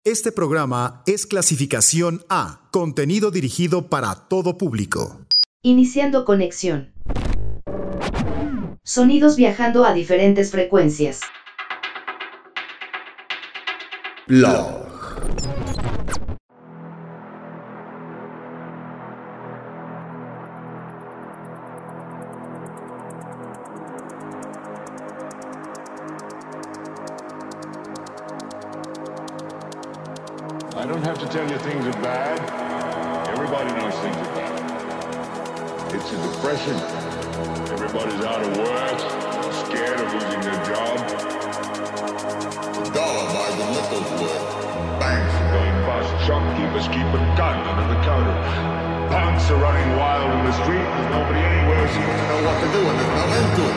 Este programa es clasificación A, contenido dirigido para todo público. Iniciando conexión. Sonidos viajando a diferentes frecuencias. Blog. I don't have to tell you things are bad. Everybody knows things are bad. It's a depression. Everybody's out of work, scared of losing their job. The dollar buys the nickels worth. Banks are going bust. Shopkeepers keep a gun under the counter. Punks are running wild in the street. There's nobody anywhere seems to know what to do, and there's no end to it.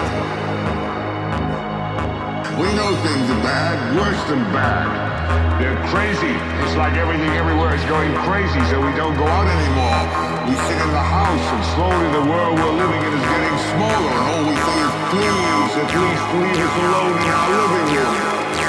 We know things are bad. Worse than bad. They're crazy. It's like everything everywhere is going crazy, so we don't go out anymore. We sit in the house, and slowly the world we're living in is getting smaller, and all we say is, please, at least leave us alone in our living room.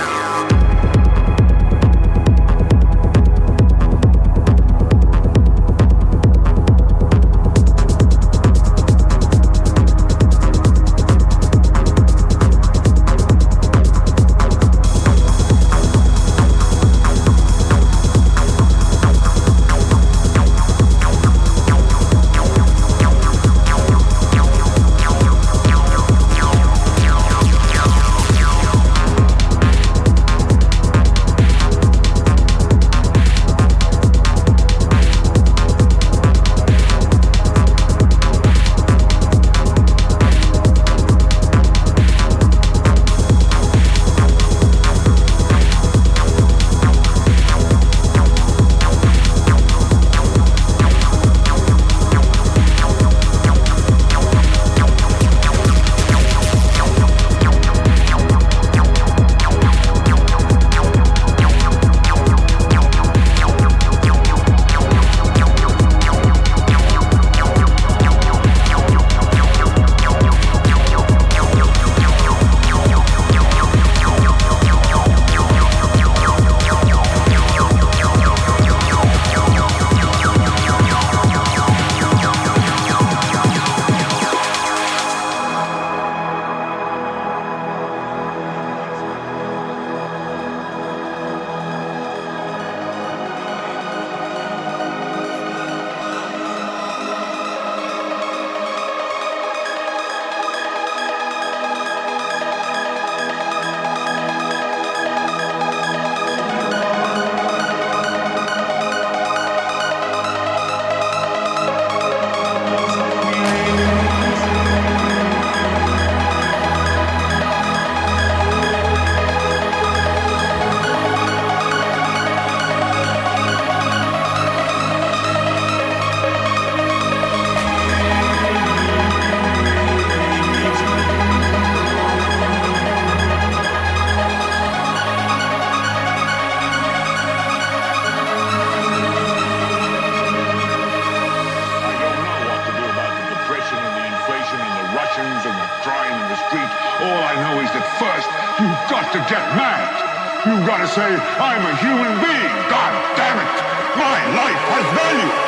Say, I'm a human being. God damn it. My life has value.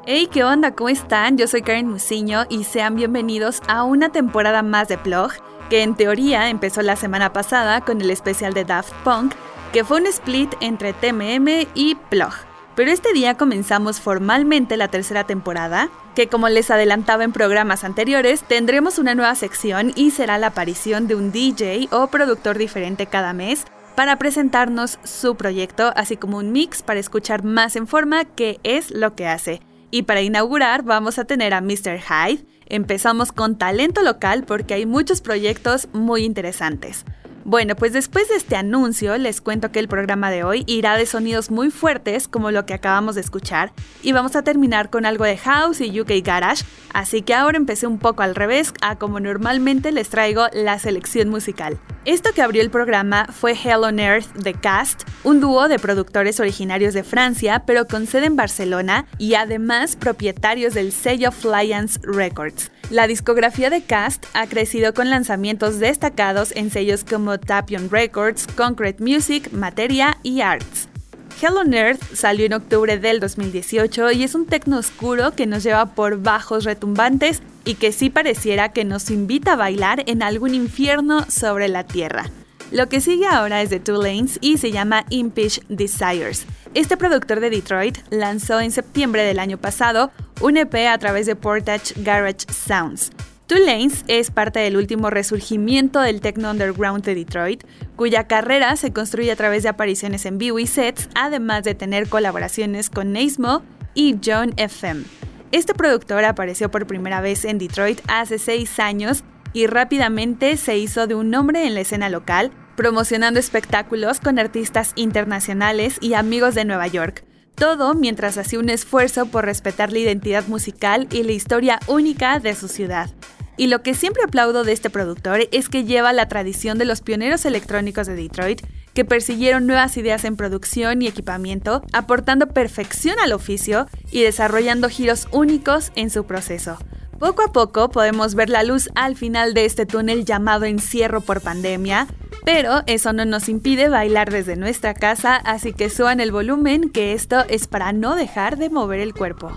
Hey, ¿qué onda? ¿Cómo están? Yo soy Karen Musiño y sean bienvenidos a una temporada más de Plug, que en teoría empezó la semana pasada con el especial de Daft Punk, que fue un split entre TMM y Plug. Pero este día comenzamos formalmente la tercera temporada, que como les adelantaba en programas anteriores, tendremos una nueva sección y será la aparición de un DJ o productor diferente cada mes para presentarnos su proyecto, así como un mix para escuchar más en forma qué es lo que hace. Y para inaugurar vamos a tener a Mr. Hyde. Empezamos con talento local porque hay muchos proyectos muy interesantes. Bueno, pues después de este anuncio les cuento que el programa de hoy irá de sonidos muy fuertes como lo que acabamos de escuchar y vamos a terminar con algo de house y UK Garage, así que ahora empecé un poco al revés a como normalmente les traigo la selección musical. Esto que abrió el programa fue Hell on Earth de Cast, un dúo de productores originarios de Francia pero con sede en Barcelona y además propietarios del sello Flyance Records. La discografía de Cast ha crecido con lanzamientos destacados en sellos como Tapion Records, Concrete Music, Materia y Arts. Hell on Earth salió en octubre del 2018 y es un techno oscuro que nos lleva por bajos retumbantes y que sí pareciera que nos invita a bailar en algún infierno sobre la tierra. Lo que sigue ahora es de Two Lanes y se llama Impish Desires. Este productor de Detroit lanzó en septiembre del año pasado un EP a través de Portage Garage Sounds. Two Lanes es parte del último resurgimiento del techno underground de Detroit, cuya carrera se construye a través de apariciones en vivo y sets, además de tener colaboraciones con Neismo y John FM. Este productor apareció por primera vez en Detroit hace 6 años y rápidamente se hizo de un nombre en la escena local, promocionando espectáculos con artistas internacionales y amigos de Nueva York. Todo mientras hacía un esfuerzo por respetar la identidad musical y la historia única de su ciudad. Y lo que siempre aplaudo de este productor es que lleva la tradición de los pioneros electrónicos de Detroit, que persiguieron nuevas ideas en producción y equipamiento, aportando perfección al oficio y desarrollando giros únicos en su proceso. Poco a poco podemos ver la luz al final de este túnel llamado encierro por pandemia, pero eso no nos impide bailar desde nuestra casa, así que suban el volumen, que esto es para no dejar de mover el cuerpo.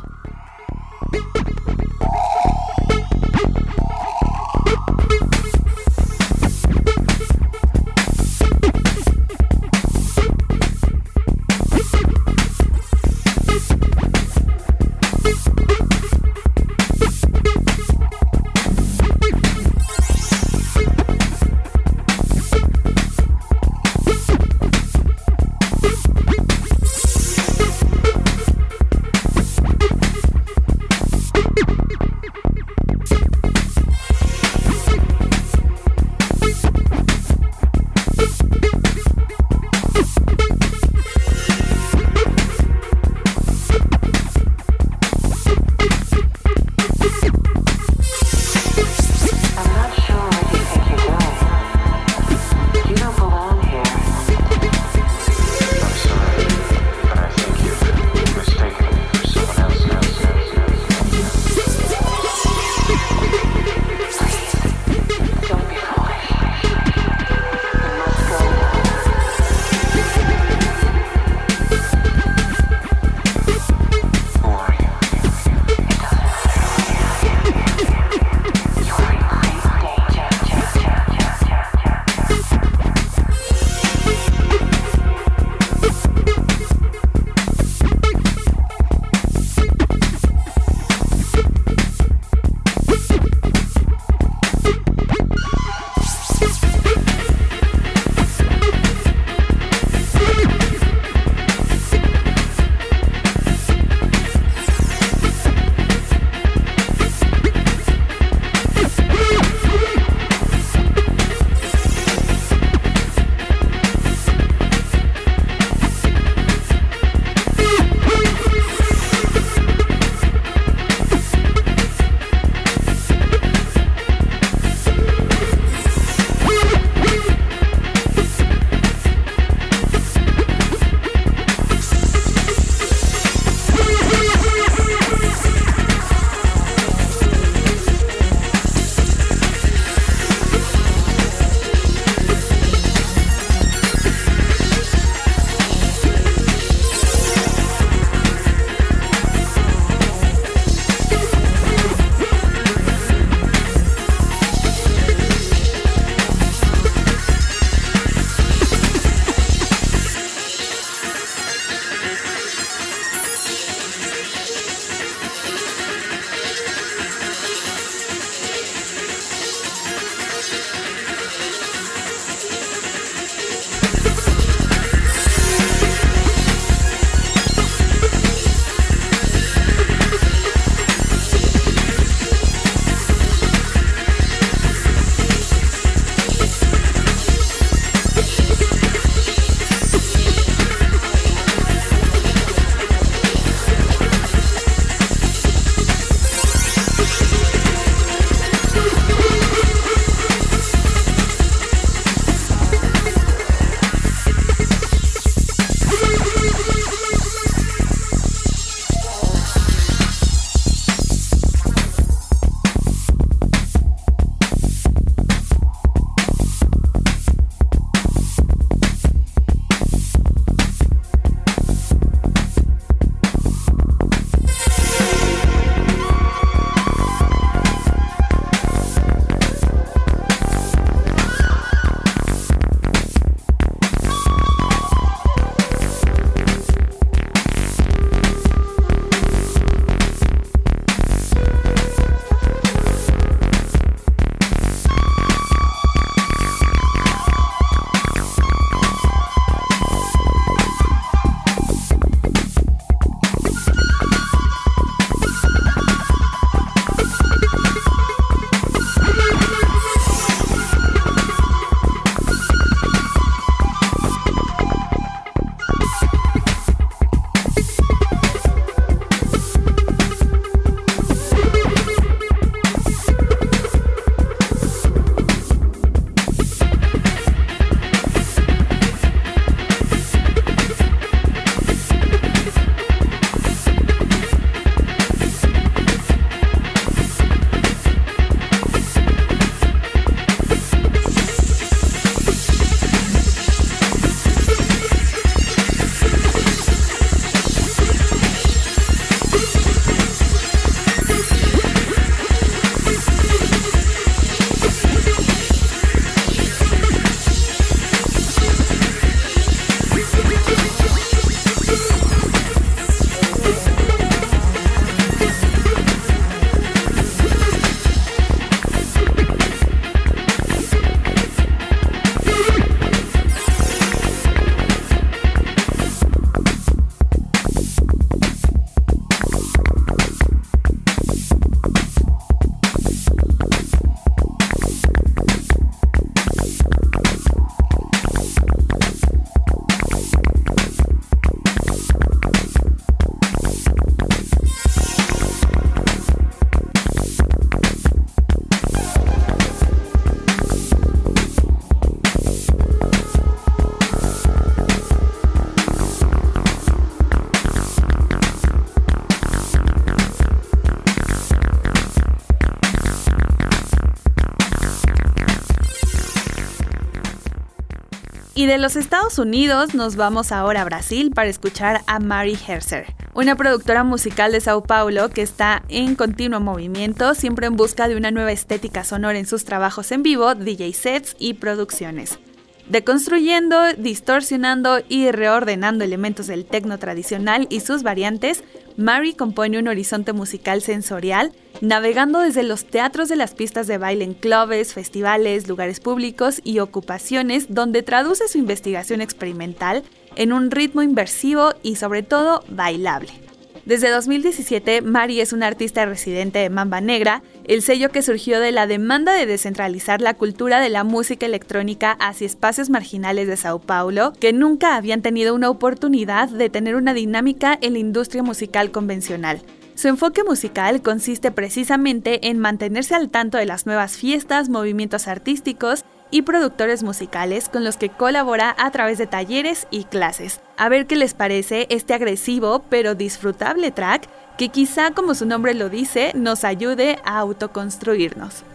Y de los Estados Unidos nos vamos ahora a Brasil para escuchar a Mari Herzer, una productora musical de Sao Paulo que está en continuo movimiento, siempre en busca de una nueva estética sonora en sus trabajos en vivo, DJ sets y producciones. Deconstruyendo, distorsionando y reordenando elementos del techno tradicional y sus variantes, Mari compone un horizonte musical sensorial, navegando desde los teatros de las pistas de baile en clubes, festivales, lugares públicos y ocupaciones, donde traduce su investigación experimental en un ritmo inmersivo y sobre todo bailable. Desde 2017, Mari es una artista residente de Mamba Negra, el sello que surgió de la demanda de descentralizar la cultura de la música electrónica hacia espacios marginales de Sao Paulo, que nunca habían tenido una oportunidad de tener una dinámica en la industria musical convencional. Su enfoque musical consiste precisamente en mantenerse al tanto de las nuevas fiestas, movimientos artísticos y productores musicales con los que colabora a través de talleres y clases. A ver qué les parece este agresivo pero disfrutable track que quizá, como su nombre lo dice, nos ayude a autoconstruirnos.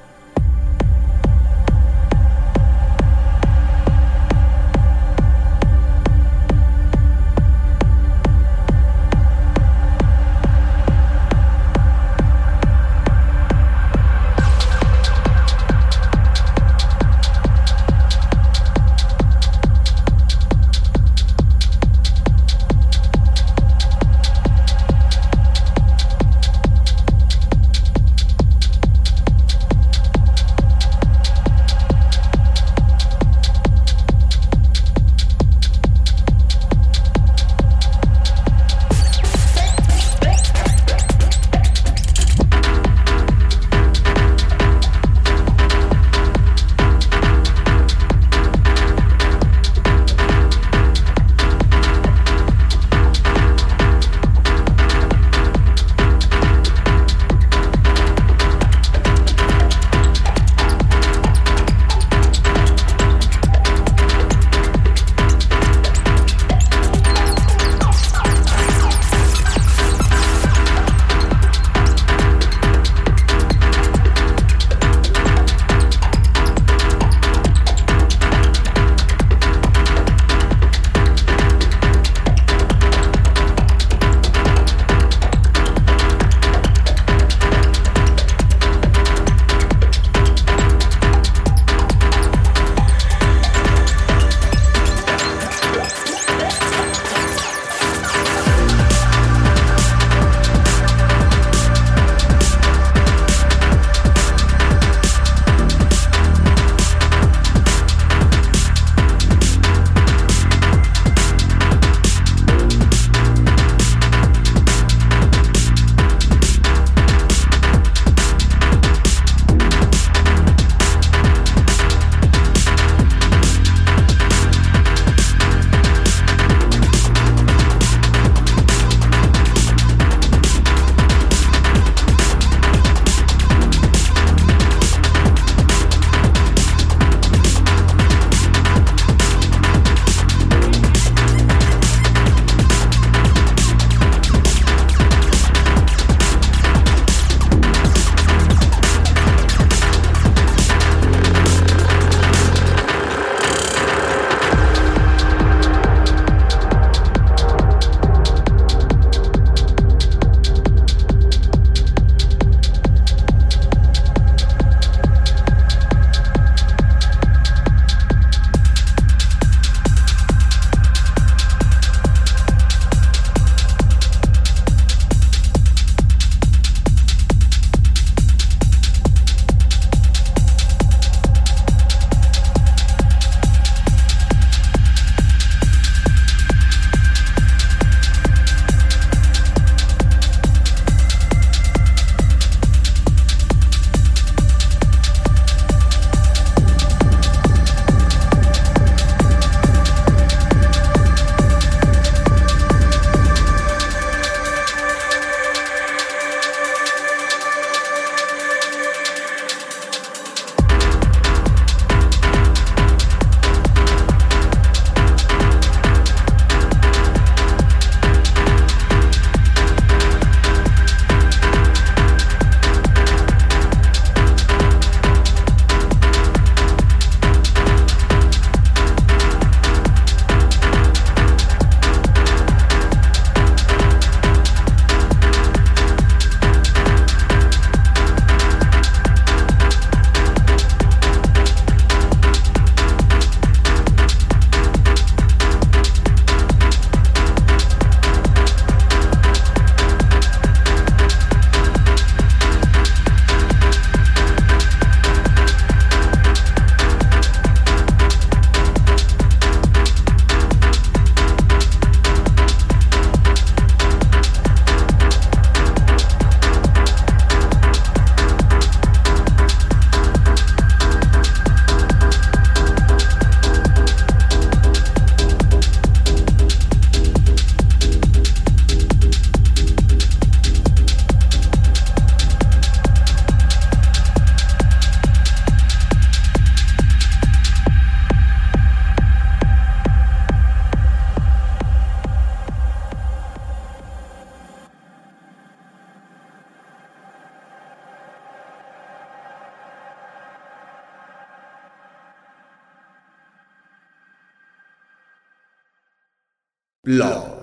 Plog.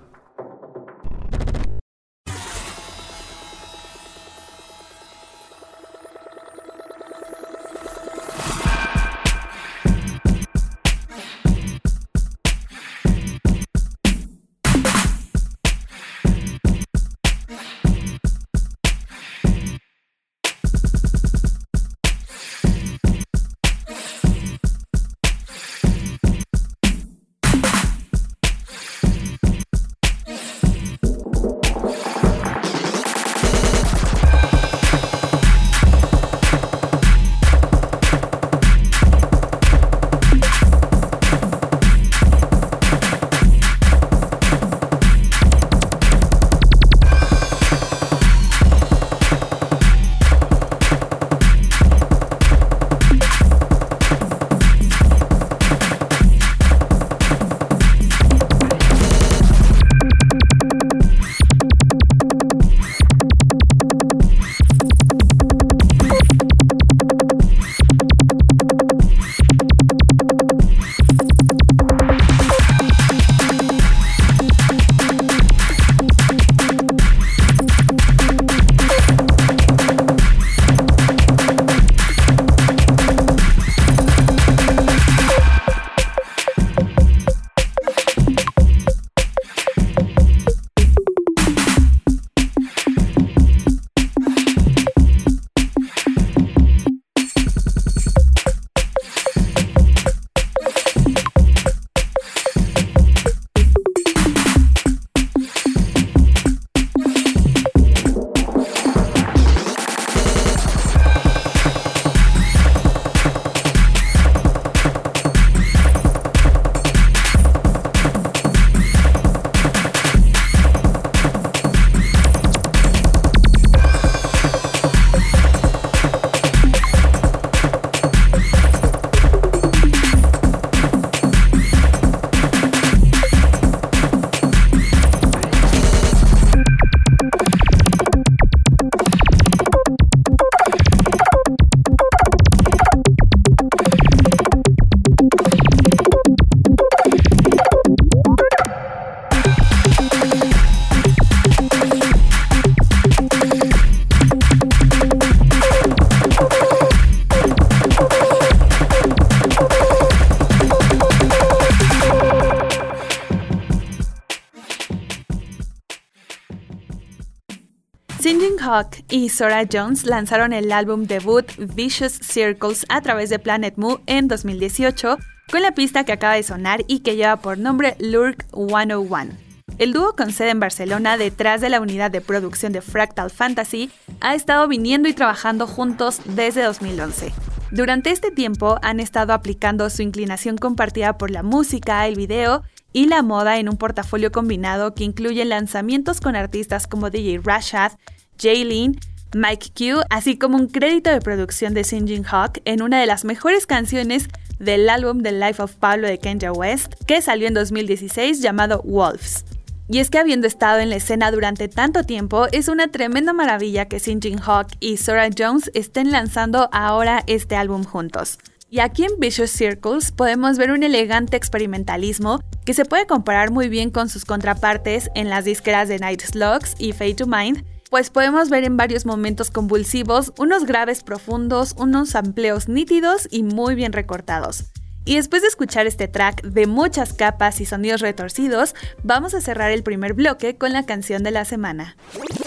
Singing Hawk y Zora Jones lanzaron el álbum debut Vicious Circles a través de Planet Mu en 2018 con la pista que acaba de sonar y que lleva por nombre Lurk 101. El dúo con sede en Barcelona, detrás de la unidad de producción de Fractal Fantasy, ha estado viniendo y trabajando juntos desde 2011. Durante este tiempo han estado aplicando su inclinación compartida por la música, el video y la moda en un portafolio combinado que incluye lanzamientos con artistas como DJ Rashad, Jaylin, Mike Q, así como un crédito de producción de Singing Hawk en una de las mejores canciones del álbum The Life of Pablo de Kanye West, que salió en 2016 llamado Wolves. Y es que habiendo estado en la escena durante tanto tiempo, es una tremenda maravilla que Singing Hawk y Zora Jones estén lanzando ahora este álbum juntos. Y aquí en Vicious Circles podemos ver un elegante experimentalismo que se puede comparar muy bien con sus contrapartes en las disqueras de Night Slugs y Fade to Mind, pues podemos ver en varios momentos convulsivos unos graves profundos, unos amplios nítidos y muy bien recortados. Y después de escuchar este track de muchas capas y sonidos retorcidos, vamos a cerrar el primer bloque con la canción de la semana.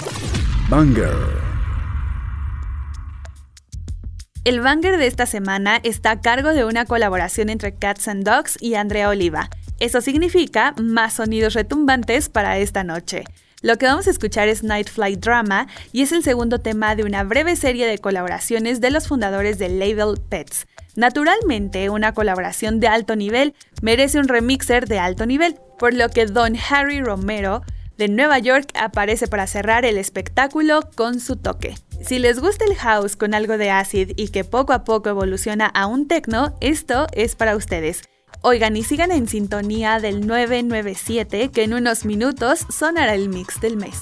Banger. El banger de esta semana está a cargo de una colaboración entre Cats and Dogs y Andrea Oliva. Eso significa más sonidos retumbantes para esta noche. Lo que vamos a escuchar es Night Flight Drama y es el segundo tema de una breve serie de colaboraciones de los fundadores del label Pets. Naturalmente, una colaboración de alto nivel merece un remixer de alto nivel, por lo que Don Harry Romero de Nueva York aparece para cerrar el espectáculo con su toque. Si les gusta el house con algo de acid y que poco a poco evoluciona a un techno, esto es para ustedes. Oigan y sigan en sintonía del 997, que en unos minutos sonará el mix del mes.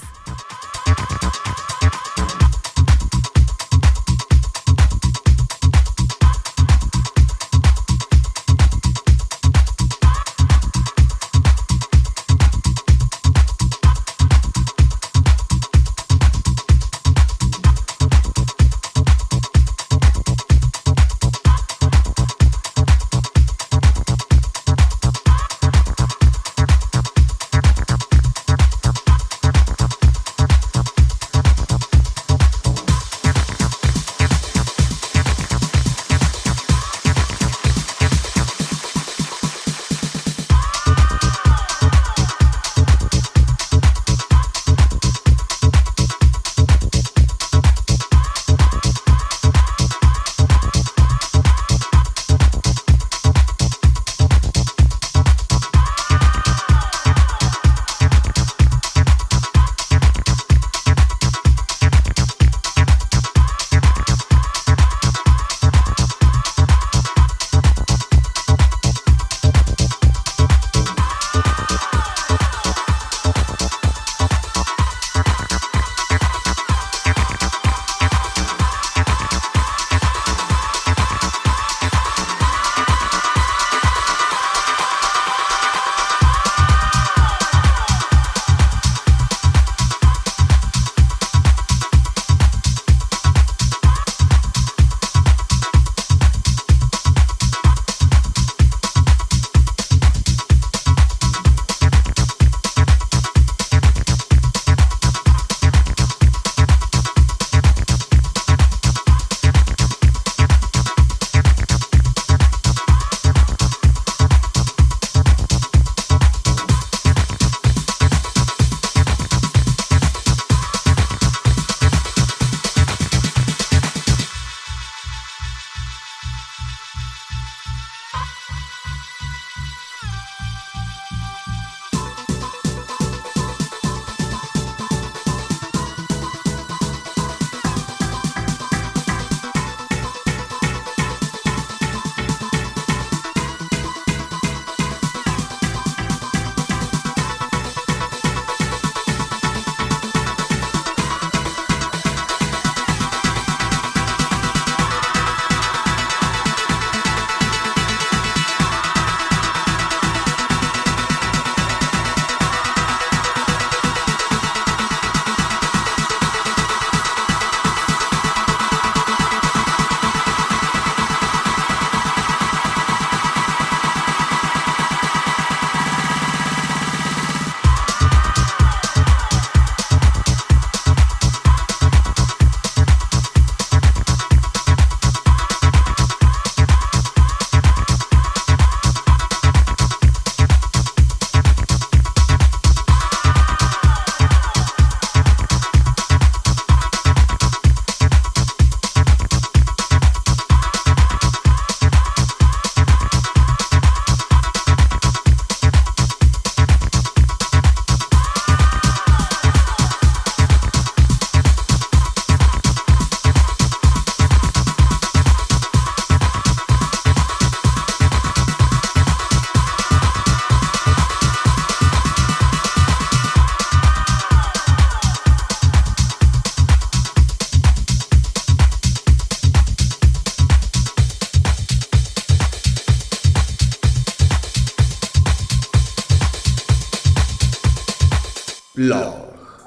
Plug.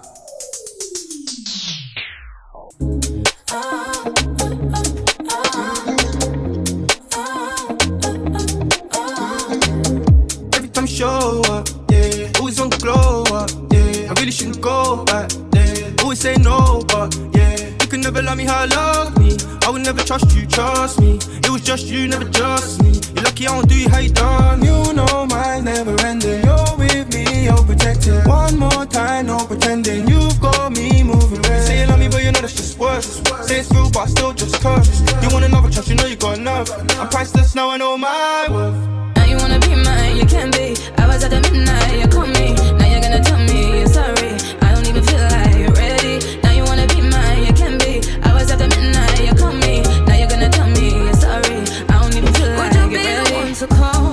Show up, yeah. Always on glow up, yeah. I really shouldn't go back, yeah. Always say no, but yeah. You can never love me how I love me. I would never trust you, trust me. It was just you, never just me. You're lucky I don't do you how you done. You know mine never ending. You're with me, you're protected. One more time, no pretending. You've got me moving red. Say you love me, but you know that's just words. Say it's real, but I still just curse. You want another trust, you know you got enough. I'm priceless now, I know my worth. You wanna be mine, you can be. I was at the midnight, you called me. Now you're gonna tell me you're sorry. I don't even feel like you're ready. Now you wanna be mine, you can be. I was at the midnight, you called me. Now you're gonna tell me you're sorry. I don't even feel like you're ready. Would you be the one to call?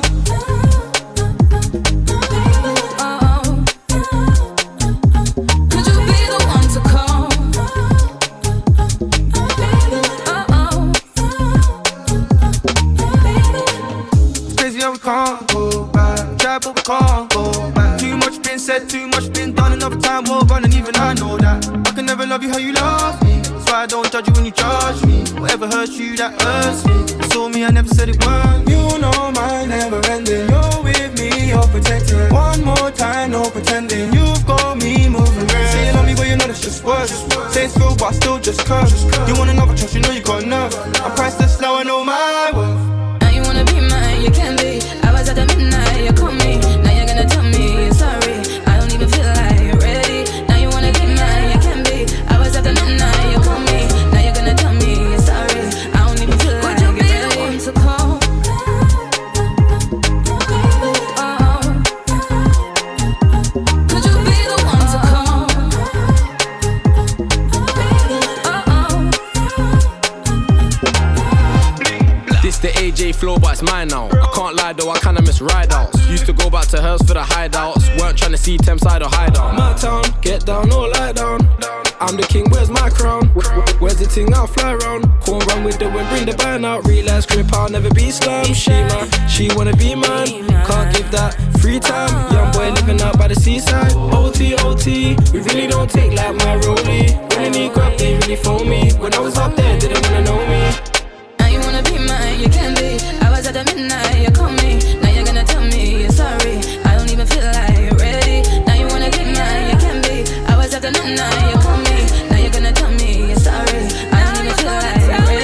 Could you be the one to call? Crazy how we can't go back. Try but we can't go back. Too much been said, too much been done. Another time we'll run and even I know that I can never love you how you love me. That's why I don't judge you when you judge me. Whatever hurts you, that hurts me. You saw me, I never said it weren't. You know mine never ending. You're with me, you're protected. One more time, no pretending. You've got me moving red. Say you love me, but you know that's just words. Say it's real, but I still just curse. You want another trust, you know you got enough. I'm priceless now, I know my worth. Now you wanna be mine, you can be. I was at the midnight, you called me. Now you're gonna tell me you're sorry. I don't even feel like you're ready. Now you wanna be mine, you can be. I was at the midnight, you called me. Now you're gonna tell me you're sorry. I don't even feel like you're ready. Would you be the one to call? Could you be the one to call? This the AJ flow, but it's mine now. I can't lie though, I kinda miss ride outs. Used to go back to hers for the hideouts. Weren't trying to see Thameside or hideout. My town, get down or lie down. I'm the king, where's my crown? Where's the ting, I'll fly round. Corn run with the wind, bring the band out. Realize grip, I'll never be slam. She wanna be mine. Can't give that free time. Young boy living out by the seaside. OT, we really don't take like my rollie. When I need grab, they really phone me. When I was up there, didn't wanna know me. Now you wanna be mine, you can be. I was at the midnight, you called me. Now you're gonna tell me you're sorry. I don't even feel like you're ready. Now you wanna be mine, you can be. I was at the midnight, you called me. Now you're gonna tell me you're sorry. I don't even feel like you're ready.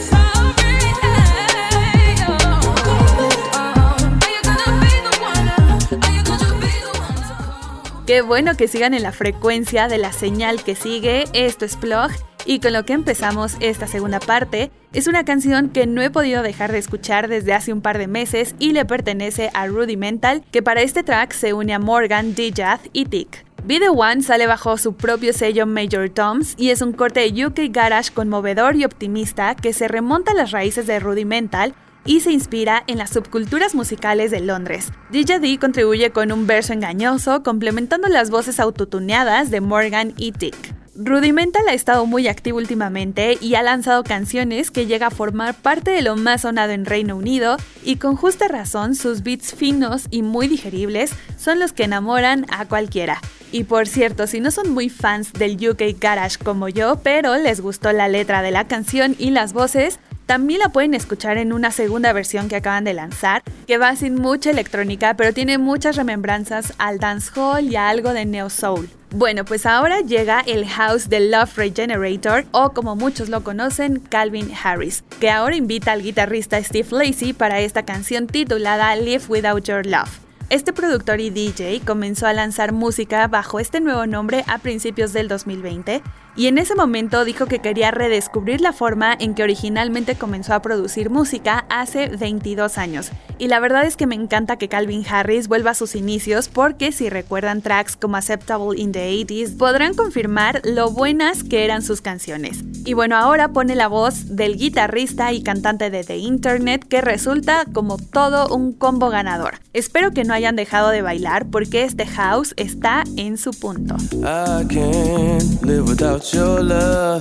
Qué bueno que sigan en la frecuencia de la señal que sigue. Esto es Plug. Y con lo que empezamos esta segunda parte, es una canción que no he podido dejar de escuchar desde hace un par de meses y le pertenece a Rudimental, que para este track se une a Morgan, Dijaz y Tick. Be The One sale bajo su propio sello Major Toms y es un corte de UK Garage conmovedor y optimista que se remonta a las raíces de Rudimental y se inspira en las subculturas musicales de Londres. DJ D contribuye con un verso engañoso, complementando las voces autotuneadas de Morgan y Tick. Rudimental ha estado muy activo últimamente y ha lanzado canciones que llega a formar parte de lo más sonado en Reino Unido, y con justa razón sus beats finos y muy digeribles son los que enamoran a cualquiera. Y por cierto, si no son muy fans del UK Garage como yo, pero les gustó la letra de la canción y las voces, también la pueden escuchar en una segunda versión que acaban de lanzar, que va sin mucha electrónica, pero tiene muchas remembranzas al dancehall y a algo de neo soul. Bueno, pues ahora llega el house de Love Regenerator, o como muchos lo conocen, Calvin Harris, que ahora invita al guitarrista Steve Lacy para esta canción titulada Live Without Your Love. Este productor y DJ comenzó a lanzar música bajo este nuevo nombre a principios del 2020, y en ese momento dijo que quería redescubrir la forma en que originalmente comenzó a producir música hace 22 años. Y la verdad es que me encanta que Calvin Harris vuelva a sus inicios, porque si recuerdan tracks como Acceptable in the 80s, podrán confirmar lo buenas que eran sus canciones. Y bueno, ahora pone la voz del guitarrista y cantante de The Internet, que resulta como todo un combo ganador. Espero que no hayan dejado de bailar, porque este house está en su punto. I can't live without your love.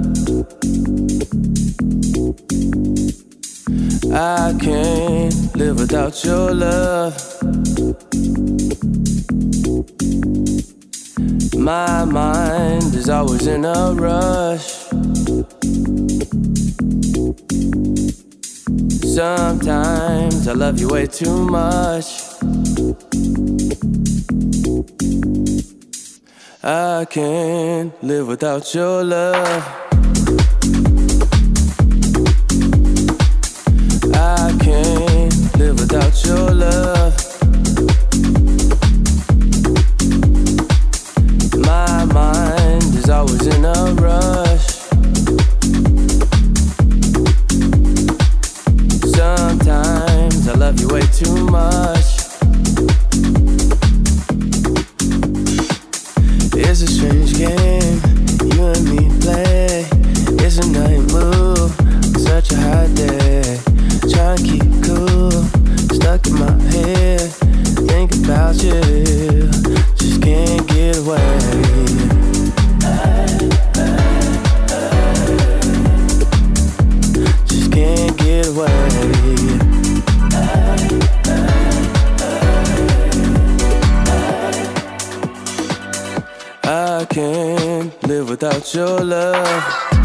I can't live without your love. My mind is always in a rush. Sometimes I love you way too much. I can't live without your love. I can't live without your love. My mind is always in a rush. Sometimes I love you way too much. It's a strange game you and me play. It's a night move, such a hot day. Trying to keep cool, stuck in my head. Think about you, just can't get away. Just can't get away. I can't live without your love.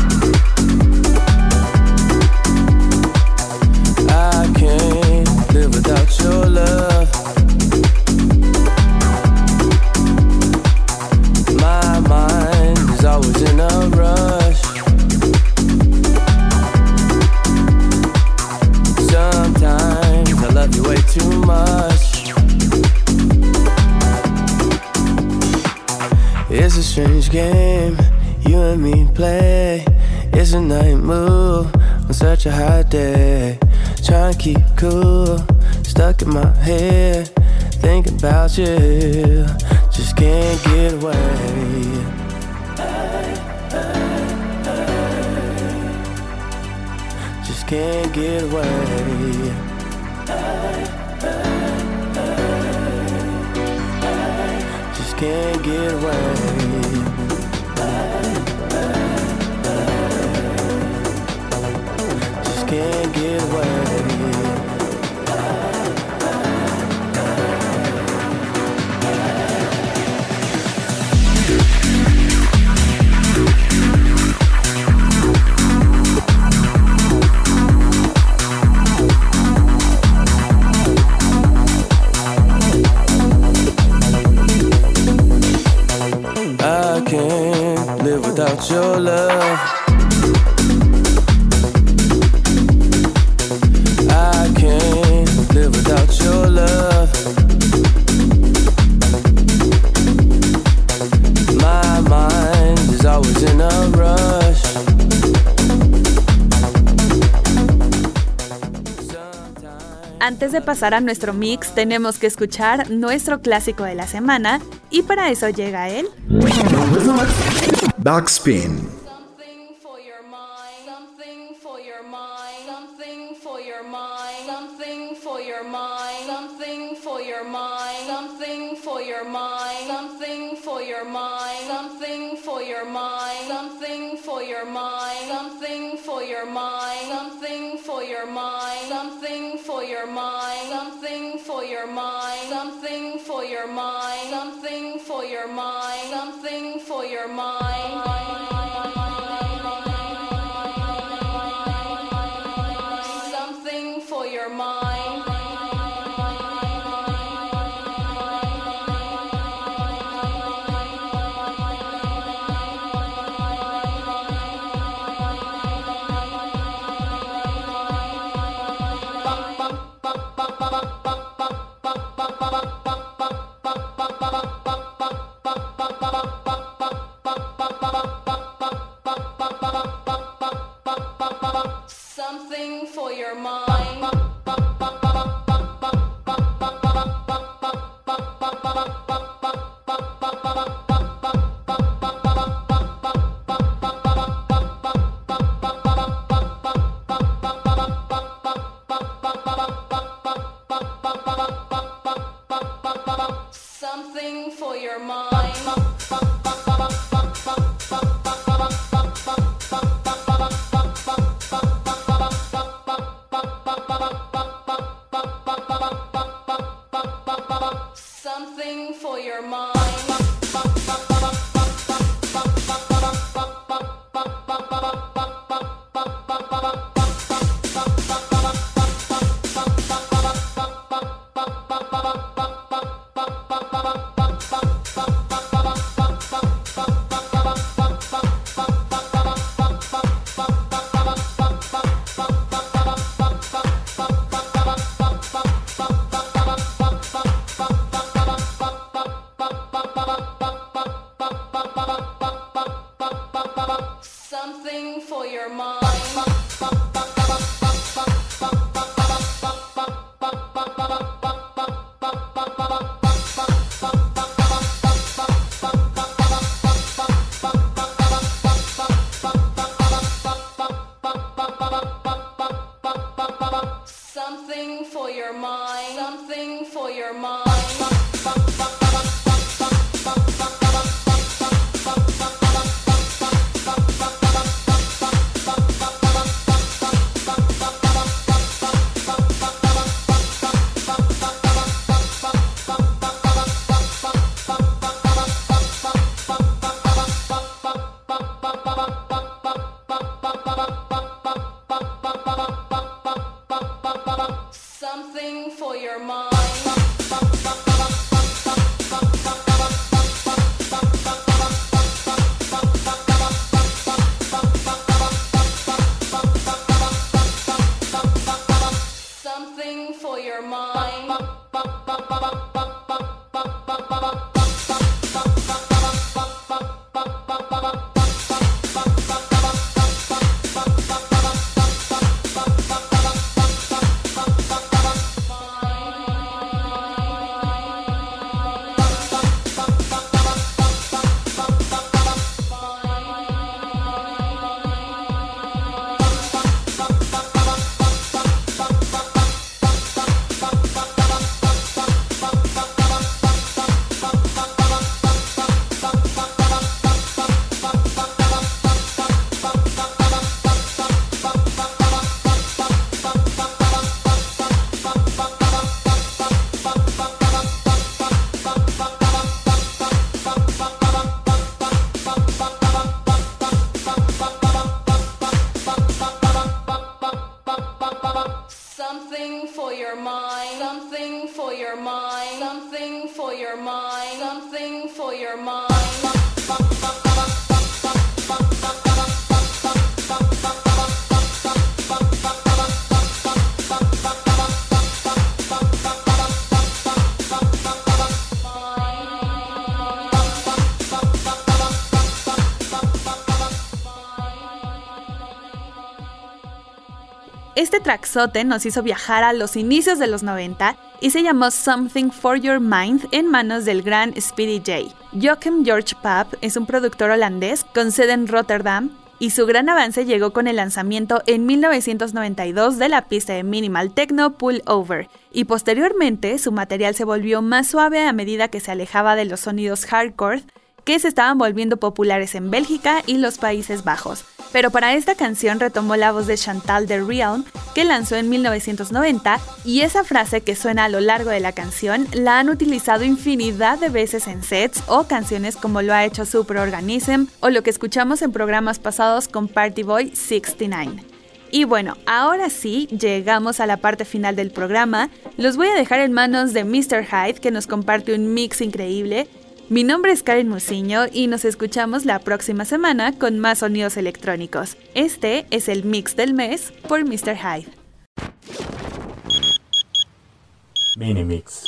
I can't live without your love. My mind is always in a rush. Sometimes I love you way too much. It's a strange game you and me play. It's a night move on such a hot day. Trying to keep cool, stuck in my head. Thinking about you, just can't get away. Just can't get away. Just can't get away. Just can't get away. I can't live without your love. I can't live without your love. My mind is always in a rush. Antes de pasar a nuestro mix, tenemos que escuchar nuestro clásico de la semana y para eso llega él. Backspin. Something for your mind, something for your mind, something for your mind, something for your mind, something for your mind, something for your mind, something for your mind, something for your mind, something for your mind, something for your mind, something for your mind, something for your mind, something for your mind, something for your mind, something for your mind, something for your mind. Something for your mind. Something for your mind. Something for your mind. Something for your mind. Something for your mind. Something for your mind. Something for your mind. Something for your mind. Something for your mind. Something for your mind. Este trackzote nos hizo viajar a los inicios de los 90 y se llamó Something for Your Mind en manos del gran Speedy J. Joachim George Papp es un productor holandés con sede en Rotterdam y su gran avance llegó con el lanzamiento en 1992 de la pista de minimal techno Pull Over, y posteriormente su material se volvió más suave a medida que se alejaba de los sonidos hardcore que se estaban volviendo populares en Bélgica y los Países Bajos. Pero para esta canción retomó la voz de Chantal de Realm, que lanzó en 1990, y esa frase que suena a lo largo de la canción la han utilizado infinidad de veces en sets o canciones, como lo ha hecho Superorganism o lo que escuchamos en programas pasados con Party Boy 69. Y bueno, ahora sí, llegamos a la parte final del programa. Los voy a dejar en manos de Mr. Hyde, que nos comparte un mix increíble. Mi nombre es Karen Musiño y nos escuchamos la próxima semana con más sonidos electrónicos. Este es el mix del mes por Mr. Hyde. Mini Mix.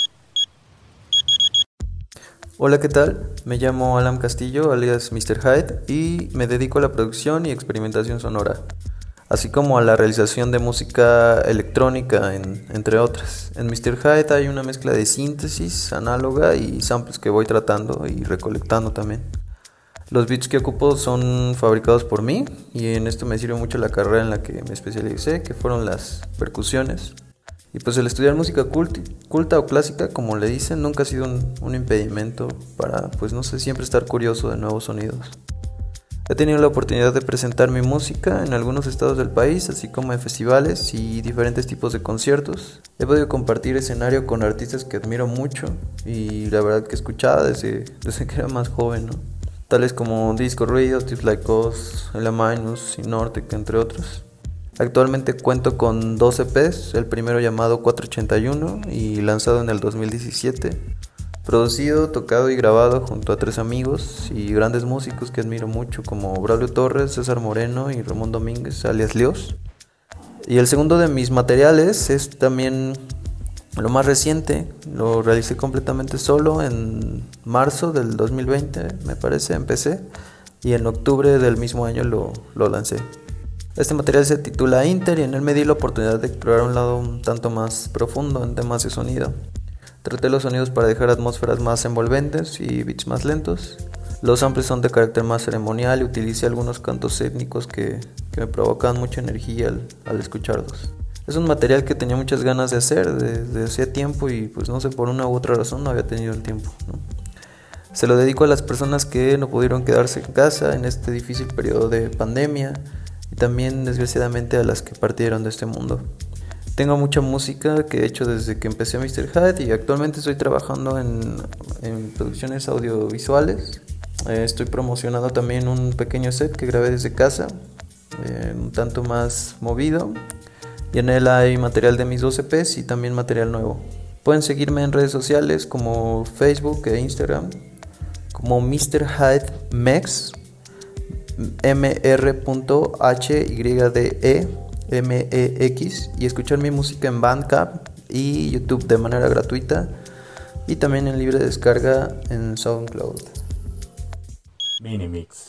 Hola, ¿qué tal? Me llamo Alan Castillo, alias Mr. Hyde, y me dedico a la producción y experimentación sonora, así como a la realización de música electrónica, entre otras. En Mr. Hyde hay una mezcla de síntesis análoga y samples que voy tratando y recolectando también. Los beats que ocupo son fabricados por mí, y en esto me sirve mucho la carrera en la que me especialicé, que fueron las percusiones. Y pues el estudiar música culta o clásica, como le dicen, nunca ha sido un impedimento para, pues no sé, siempre estar curioso de nuevos sonidos. He tenido la oportunidad de presentar mi música en algunos estados del país, así como en festivales y diferentes tipos de conciertos. He podido compartir escenario con artistas que admiro mucho y la verdad que escuchaba desde que era más joven, ¿no? Tales como Disco Ruido, Tips Like Us, Ela Minus y Nortec, entre otros. Actualmente cuento con 2 EPs, el primero llamado 481 y lanzado en el 2017. Producido, tocado y grabado junto a 3 amigos y grandes músicos que admiro mucho, como Braulio Torres, César Moreno y Ramón Domínguez, alias Leos. Y el segundo de mis materiales es también lo más reciente. Lo realicé completamente solo en marzo del 2020, me parece, empecé. y en octubre del mismo año lo lancé. Este material se titula Inter y en él me di la oportunidad de explorar un lado un tanto más profundo en temas de sonido. Traté los sonidos para dejar atmósferas más envolventes y beats más lentos. Los samples son de carácter más ceremonial y utilicé algunos cantos étnicos que me provocaban mucha energía al escucharlos. Es un material que tenía muchas ganas de hacer desde hacía tiempo y pues no sé, por una u otra razón no había tenido el tiempo, ¿no? Se lo dedico a las personas que no pudieron quedarse en casa en este difícil periodo de pandemia y también desgraciadamente a las que partieron de este mundo. Tengo mucha música que he hecho desde que empecé Mr. Hyde y actualmente estoy trabajando en producciones audiovisuales. Estoy promocionando también un pequeño set que grabé desde casa, un tanto más movido, y en él hay material de mis 2 EPs y también material nuevo. Pueden seguirme en redes sociales como Facebook e Instagram como Mr. Hyde Mex, mr.hydemex, y escuchar mi música en Bandcamp y YouTube de manera gratuita y también en libre descarga en SoundCloud. Minimix.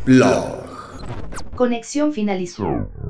Plog. Conexión finalizó.